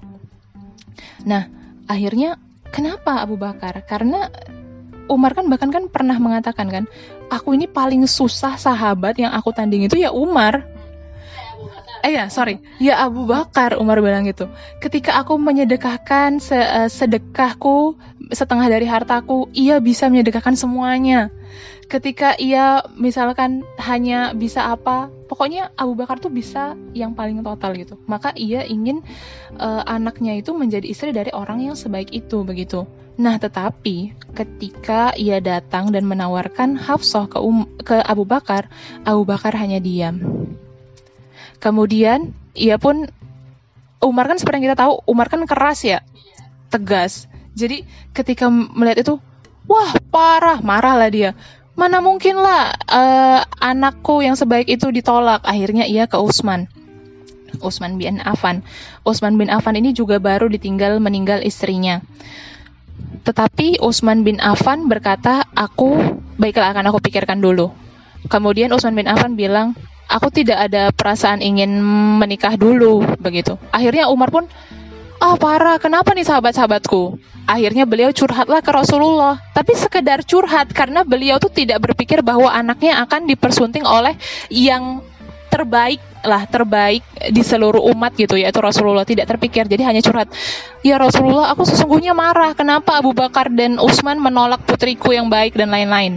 Speaker 2: Nah, akhirnya kenapa Abu Bakar? Karena Umar kan bahkan kan pernah mengatakan kan, aku ini paling susah sahabat yang aku tanding itu ya Umar. Eh ya, sorry. Ya Abu Bakar, Umar bilang gitu. Ketika aku menyedekahkan se- eh, sedekahku setengah dari hartaku, ia bisa menyedekahkan semuanya. Ketika ia misalkan hanya bisa apa, pokoknya Abu Bakar tuh bisa yang paling total gitu. Maka ia ingin eh, anaknya itu menjadi istri dari orang yang sebaik itu, begitu. Nah, tetapi ketika ia datang dan menawarkan Hafsah ke, um, ke Abu Bakar, Abu Bakar hanya diam. Kemudian ia pun, Umar kan seperti yang kita tahu, Umar kan keras ya, tegas. Jadi ketika melihat itu, wah parah, marahlah dia. Mana mungkin lah uh, anakku yang sebaik itu ditolak. Akhirnya ia ke Utsman. Utsman bin Affan. Utsman bin Affan ini juga baru ditinggal meninggal istrinya. Tetapi Utsman bin Affan berkata, aku, baiklah akan aku pikirkan dulu. Kemudian Utsman bin Affan bilang, aku tidak ada perasaan ingin menikah dulu, begitu. Akhirnya Umar pun, ah parah, kenapa nih sahabat-sahabatku? Akhirnya beliau curhatlah ke Rasulullah. Tapi sekedar curhat, karena beliau tuh tidak berpikir bahwa anaknya akan dipersunting oleh yang terbaik lah, terbaik di seluruh umat gitu, yaitu Rasulullah. Tidak terpikir, jadi hanya curhat. Ya Rasulullah, aku sesungguhnya marah, kenapa Abu Bakar dan Utsman menolak putriku yang baik dan lain-lain.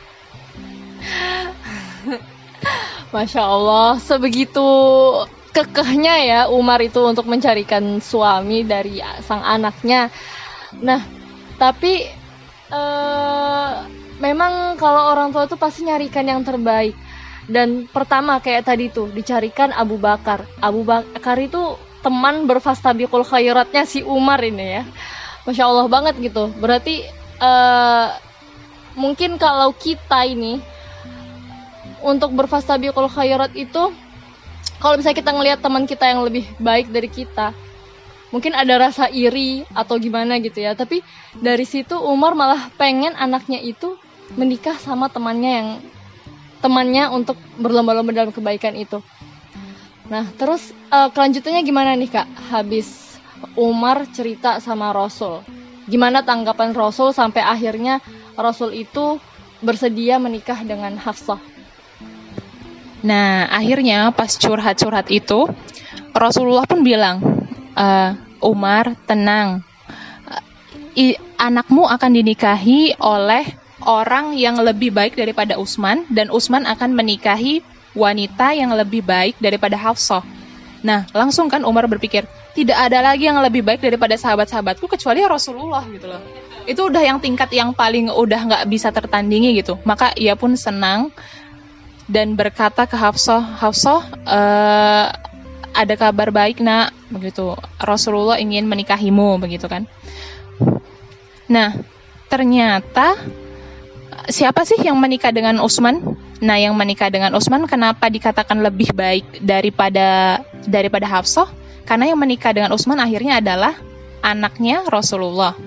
Speaker 1: Masya Allah, sebegitu kekehnya ya Umar itu untuk mencarikan suami dari sang anaknya. Nah, tapi ee, memang kalau orang tua itu pasti nyarikan yang terbaik. Dan pertama kayak tadi tuh dicarikan Abu Bakar. Abu Bakar itu teman berfastabiqul khairatnya si Umar ini ya. Masya Allah banget gitu. Berarti ee, mungkin kalau kita ini untuk berfastabiqul khairat itu, kalau misalnya kita ngelihat teman kita yang lebih baik dari kita, mungkin ada rasa iri atau gimana gitu ya. Tapi dari situ Umar malah pengen anaknya itu menikah sama temannya yang temannya untuk berlomba-lomba dalam kebaikan itu. Nah, terus uh, kelanjutannya gimana nih Kak? Habis Umar cerita sama Rasul, gimana tanggapan Rasul sampai akhirnya Rasul itu bersedia menikah dengan Hafsah?
Speaker 2: Nah, akhirnya pas curhat-curhat itu, Rasulullah pun bilang, e, Umar, tenang, I, anakmu akan dinikahi oleh orang yang lebih baik daripada Utsman, dan Utsman akan menikahi wanita yang lebih baik daripada Hafsah. Nah, langsung kan Umar berpikir, tidak ada lagi yang lebih baik daripada sahabat-sahabatku kecuali Rasulullah gitu loh. Itu udah yang tingkat yang paling udah nggak bisa tertandingi gitu. Maka ia pun senang dan berkata ke Hafsah, Hafsah, uh, ada kabar baik nak, begitu. Rasulullah ingin menikahimu, begitu kan. Nah, ternyata siapa sih yang menikah dengan Utsman? Nah, yang menikah dengan Utsman kenapa dikatakan lebih baik daripada daripada Hafsah? Karena yang menikah dengan Utsman akhirnya adalah anaknya Rasulullah.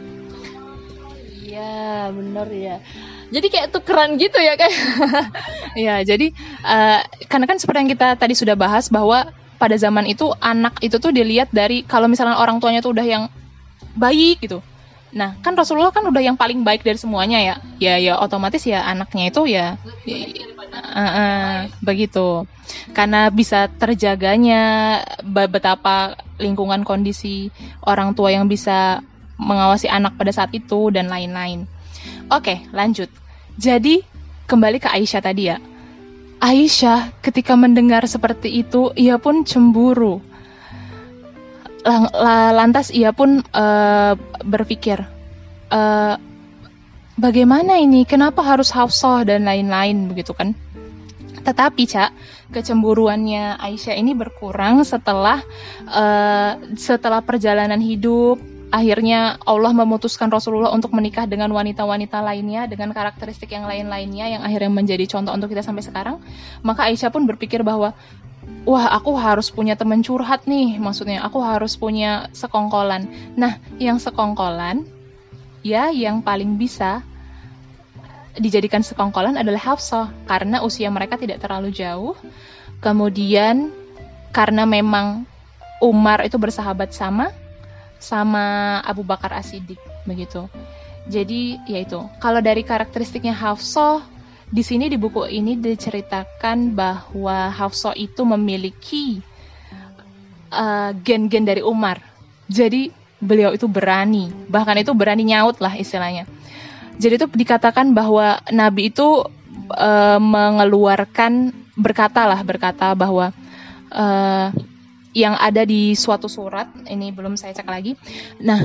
Speaker 1: Iya, benar ya. Jadi kayak tukeran gitu ya kayak.
Speaker 2: Ya, jadi uh, karena kan seperti yang kita tadi sudah bahas bahwa pada zaman itu anak itu tuh dilihat dari kalau misalnya orang tuanya tuh udah yang baik gitu. Nah, kan Rasulullah kan udah yang paling baik dari semuanya ya. Ya ya otomatis ya anaknya itu ya, ya uh, uh, begitu. Karena bisa terjaganya betapa lingkungan kondisi orang tua yang bisa mengawasi anak pada saat itu dan lain-lain. Oke, lanjut. Jadi, kembali ke Aisyah tadi ya. Aisyah ketika mendengar seperti itu, ia pun cemburu. Lantas ia pun uh, berpikir, uh, bagaimana ini? Kenapa harus Hafsah dan lain-lain, begitu kan? Tetapi, Cak, kecemburuannya Aisyah ini berkurang setelah uh, setelah perjalanan hidup. Akhirnya Allah memutuskan Rasulullah untuk menikah dengan wanita-wanita lainnya dengan karakteristik yang lain-lainnya yang akhirnya menjadi contoh untuk kita sampai sekarang. Maka Aisyah pun berpikir bahwa, wah aku harus punya teman curhat nih, maksudnya aku harus punya sekongkolan. Nah, yang sekongkolan, ya yang paling bisa dijadikan sekongkolan adalah Hafsah, karena usia mereka tidak terlalu jauh. Kemudian karena memang Umar itu bersahabat sama sama Abu Bakar As-Siddiq, begitu. Jadi yaitu kalau dari karakteristiknya Hafsah, di sini di buku ini diceritakan bahwa Hafsah itu memiliki uh, gen-gen dari Umar. Jadi beliau itu berani, bahkan itu berani nyaut lah istilahnya. Jadi itu dikatakan bahwa Nabi itu uh, mengeluarkan berkata lah berkata bahwa uh, yang ada di suatu surat, ini belum saya cek lagi. Nah,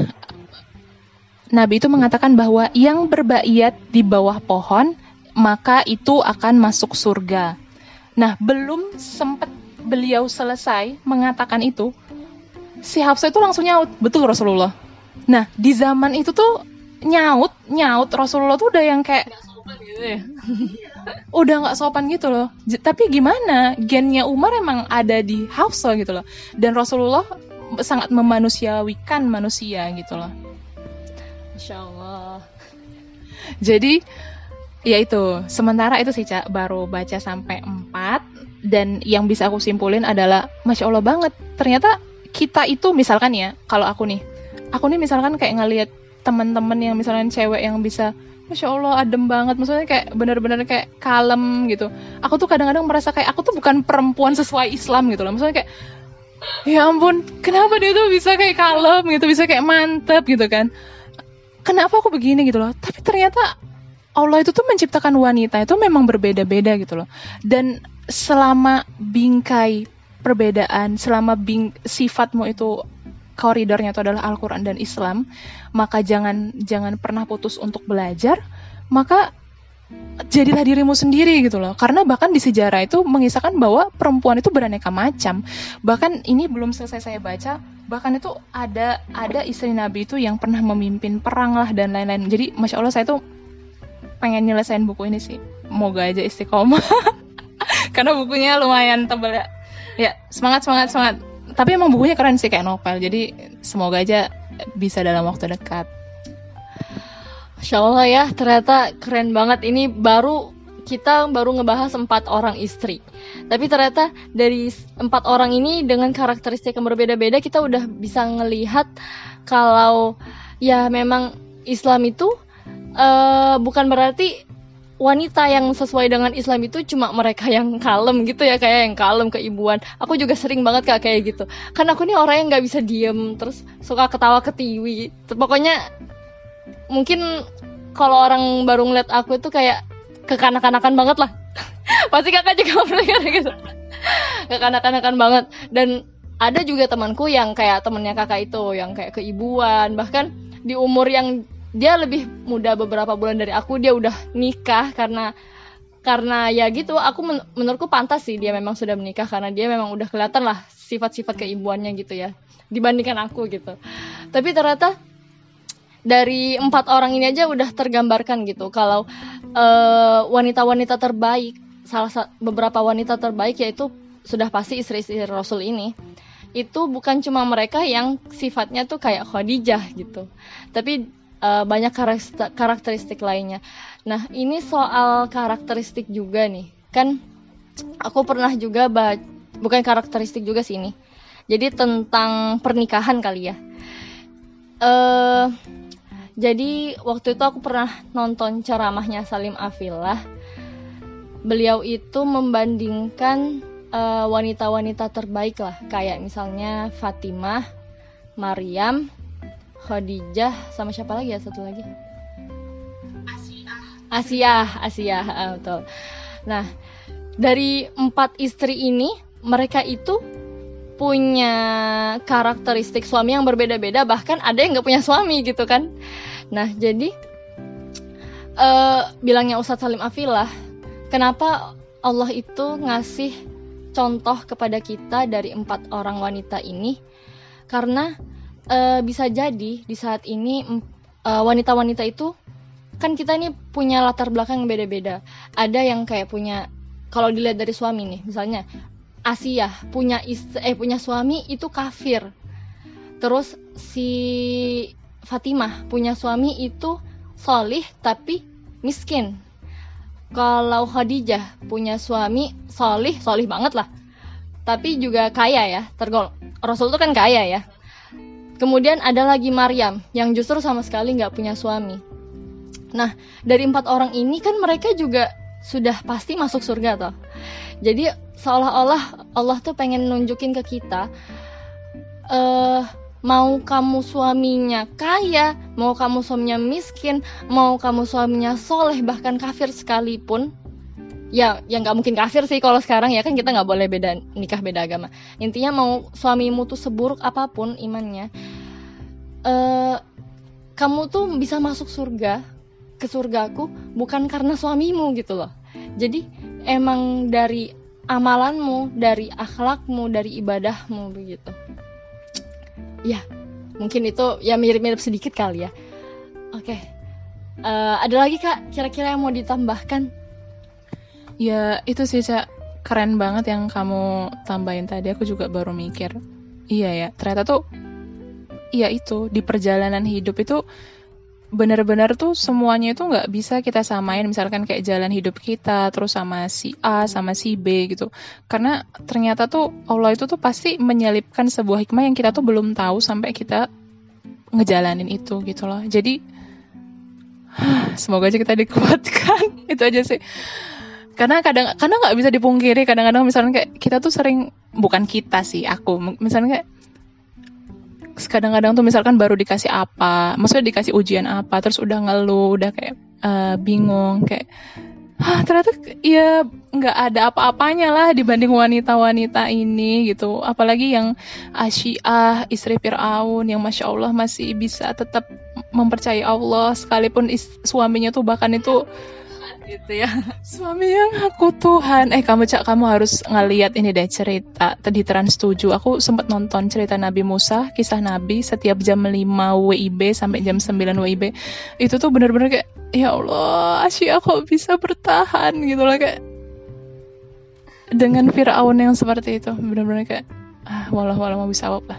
Speaker 2: Nabi itu mengatakan bahwa yang berbaiat di bawah pohon maka itu akan masuk surga. Nah, belum sempat beliau selesai mengatakan itu, si Hafsah itu langsung nyaut, betul Rasulullah. Nah, di zaman itu tuh nyaut, nyaut Rasulullah tuh udah yang kayak
Speaker 1: Nggak sopan gitu ya.
Speaker 2: udah nggak sopan gitu loh. J- tapi gimana? Gennya Umar emang ada di Hafsah gitu loh. Dan Rasulullah sangat memanusiawikan manusia gitu loh.
Speaker 1: Masya Allah.
Speaker 2: Jadi ya itu, sementara itu sih Cak, baru baca sampai empat. Dan yang bisa aku simpulin adalah Masya Allah banget, ternyata kita itu misalkan ya, kalau aku nih Aku nih misalkan kayak ngelihat teman-teman yang misalnya cewek yang bisa Masya Allah adem banget, maksudnya kayak benar-benar kayak kalem gitu. Aku tuh kadang-kadang merasa kayak aku tuh bukan perempuan sesuai Islam gitu loh. Maksudnya kayak ya ampun, kenapa dia tuh bisa kayak kalem gitu, bisa kayak mantep gitu kan. Kenapa aku begini gitu loh. Tapi ternyata Allah itu tuh menciptakan wanita itu memang berbeda-beda gitu loh. Dan selama bingkai perbedaan, selama bing, sifatmu itu koridornya itu adalah Al-Quran dan Islam, maka jangan jangan pernah putus untuk belajar, maka jadilah dirimu sendiri gitu loh. Karena bahkan di sejarah itu mengisahkan bahwa perempuan itu beraneka macam. Bahkan ini belum selesai saya baca, bahkan itu ada ada istri Nabi itu yang pernah memimpin perang lah dan lain-lain. Jadi Masya Allah saya tuh pengen nyelesain buku ini sih. Moga aja istiqomah. Karena bukunya lumayan tebal ya. Ya, semangat semangat semangat. Tapi emang bukunya keren sih kayak novel. Jadi semoga aja bisa dalam waktu dekat.
Speaker 1: Masya Allah ya, ternyata keren banget. Ini baru kita baru ngebahas empat orang istri. Tapi ternyata dari empat orang ini dengan karakteristik yang berbeda-beda, kita udah bisa ngelihat kalau ya memang Islam itu uh, bukan berarti wanita yang sesuai dengan Islam itu cuma mereka yang kalem gitu ya, kayak yang kalem keibuan. Aku juga sering banget kak kayak gitu. Kan aku nih orang yang nggak bisa diem, terus suka ketawa ketiwi. Pokoknya mungkin kalau orang baru ngeliat aku tuh kayak kekanak-kanakan banget lah. Pasti kakak juga pernah kayak gitu. Kekanak-kanakan banget. Dan ada juga temanku yang kayak temennya kakak itu, yang kayak keibuan. Bahkan di umur yang dia lebih muda beberapa bulan dari aku, dia udah nikah karena karena ya gitu. Aku men- menurutku pantas sih dia memang sudah menikah karena dia memang udah kelihatan lah sifat-sifat keibuannya gitu ya dibandingkan aku gitu. Tapi ternyata dari empat orang ini aja udah tergambarkan gitu kalau uh, wanita-wanita terbaik, salah satu beberapa wanita terbaik yaitu sudah pasti istri-istri Rasul ini. Itu bukan cuma mereka yang sifatnya tuh kayak Khadijah gitu, tapi uh, banyak karakteristik lainnya. Nah, ini soal karakteristik juga nih. Kan aku pernah juga baca, bukan karakteristik juga sih ini. Jadi tentang pernikahan kali ya. Uh, jadi waktu itu aku pernah nonton ceramahnya Salim Afillah. Beliau itu membandingkan uh, wanita-wanita terbaik lah, kayak misalnya Fatimah, Maryam, Khadijah, sama siapa lagi ya satu lagi? Asia, Asia, ah, betul. Nah, dari empat istri ini, mereka itu punya karakteristik suami yang berbeda-beda, bahkan ada yang nggak punya suami gitu kan. Nah, jadi uh, bilangnya Ustadz Salim Afillah, kenapa Allah itu ngasih contoh kepada kita dari empat orang wanita ini? Karena uh, bisa jadi di saat ini uh, wanita-wanita itu kan kita ini punya latar belakang yang beda-beda. Ada yang kayak punya, kalau dilihat dari suami nih, misalnya Asia punya istri, eh punya suami itu kafir. Terus si Fatimah punya suami itu solih tapi miskin. Kalau Khadijah punya suami solih, solih banget lah, tapi juga kaya ya, tergol. Rasul itu kan kaya ya. Kemudian ada lagi Maryam yang justru sama sekali nggak punya suami. Nah, dari empat orang ini kan mereka juga sudah pasti masuk surga toh. Jadi seolah-olah Allah tuh pengen nunjukin ke kita eh mau kamu suaminya kaya, mau kamu suaminya miskin, mau kamu suaminya soleh, bahkan kafir sekalipun, ya yang nggak mungkin kafir sih kalau sekarang ya kan, kita nggak boleh beda nikah beda agama. Intinya mau suamimu tuh seburuk apapun imannya, eh kamu tuh bisa masuk surga, ke surgaku bukan karena suamimu gitu loh. Jadi emang dari amalanmu, dari akhlakmu, dari ibadahmu begitu. Ya, mungkin itu ya mirip-mirip sedikit kali ya. Oke, uh, ada lagi Kak, kira-kira yang mau ditambahkan?
Speaker 2: Ya itu sih Cak, keren banget yang kamu tambahin tadi. Aku juga baru mikir, iya ya, ternyata tuh, iya itu, di perjalanan hidup itu benar-benar tuh semuanya itu nggak bisa kita samain, misalkan kayak jalan hidup kita terus sama si A sama si B gitu, karena ternyata tuh Allah itu tuh pasti menyelipkan sebuah hikmah yang kita tuh belum tahu sampai kita ngejalanin itu gitu loh. Jadi semoga aja kita dikuatkan. Itu aja sih, karena kadang kadang nggak bisa dipungkiri, kadang-kadang misalnya kayak kita tuh sering, bukan kita sih, aku misalnya kayak kadang-kadang tuh misalkan baru dikasih apa, maksudnya dikasih ujian apa, terus udah ngeluh, udah kayak uh, bingung, kayak ah ternyata ya nggak ada apa-apanya lah dibanding wanita-wanita ini gitu. Apalagi yang Asyiah, istri Fir'aun, yang Masya Allah masih bisa tetap mempercayai Allah, sekalipun is- suaminya tuh bahkan itu gitu ya, suami yang aku Tuhan. Eh kamu Cak, kamu harus ngeliat ini deh, cerita di Trans tujuh. Aku sempat nonton cerita Nabi Musa, kisah Nabi, setiap jam lima W I B sampai jam sembilan W I B. Itu tuh bener-bener kayak, ya Allah, Asyiah kok bisa bertahan gitu loh, kayak dengan Fir'aun yang seperti itu. Bener-bener kayak ah, walau walau mau bisa apa lah.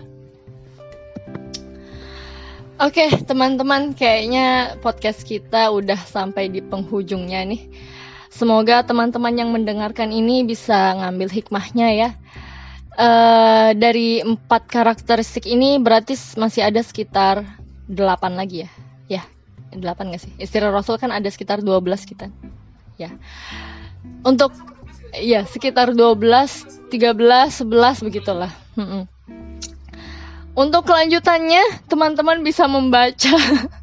Speaker 1: Oke, teman-teman, kayaknya podcast kita udah sampai di penghujungnya nih. Semoga teman-teman yang mendengarkan ini bisa ngambil hikmahnya ya. Uh, dari empat karakteristik ini berarti masih ada sekitar delapan lagi ya. Ya, delapan nggak sih? Istri Rasul kan ada sekitar dua belas kita. Ya. Untuk ya sekitar dua belas, tiga belas, sebelas begitulah. Mm-mm. Untuk kelanjutannya, teman-teman bisa membaca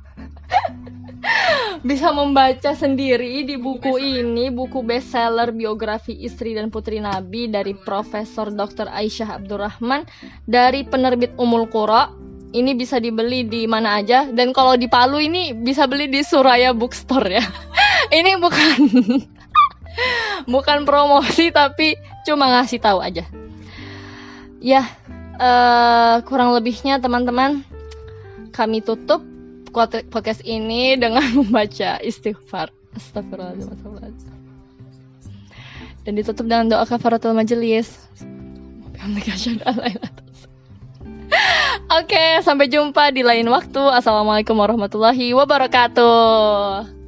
Speaker 1: bisa membaca sendiri di buku ini, buku bestseller biografi istri dan putri Nabi dari Profesor Doktor Aisyah Abdurrahman dari penerbit Ummul Qura. Ini bisa dibeli di mana aja, dan kalau di Palu ini bisa beli di Suraya Bookstore ya. Ini bukan bukan promosi, tapi cuma ngasih tahu aja. Ya. Uh, kurang lebihnya teman-teman, kami tutup podcast ini dengan membaca istighfar. Astagfirullahaladzim. Dan ditutup dengan doa kafaratul majelis. Oke, sampai jumpa di lain waktu. Assalamualaikum warahmatullahi wabarakatuh.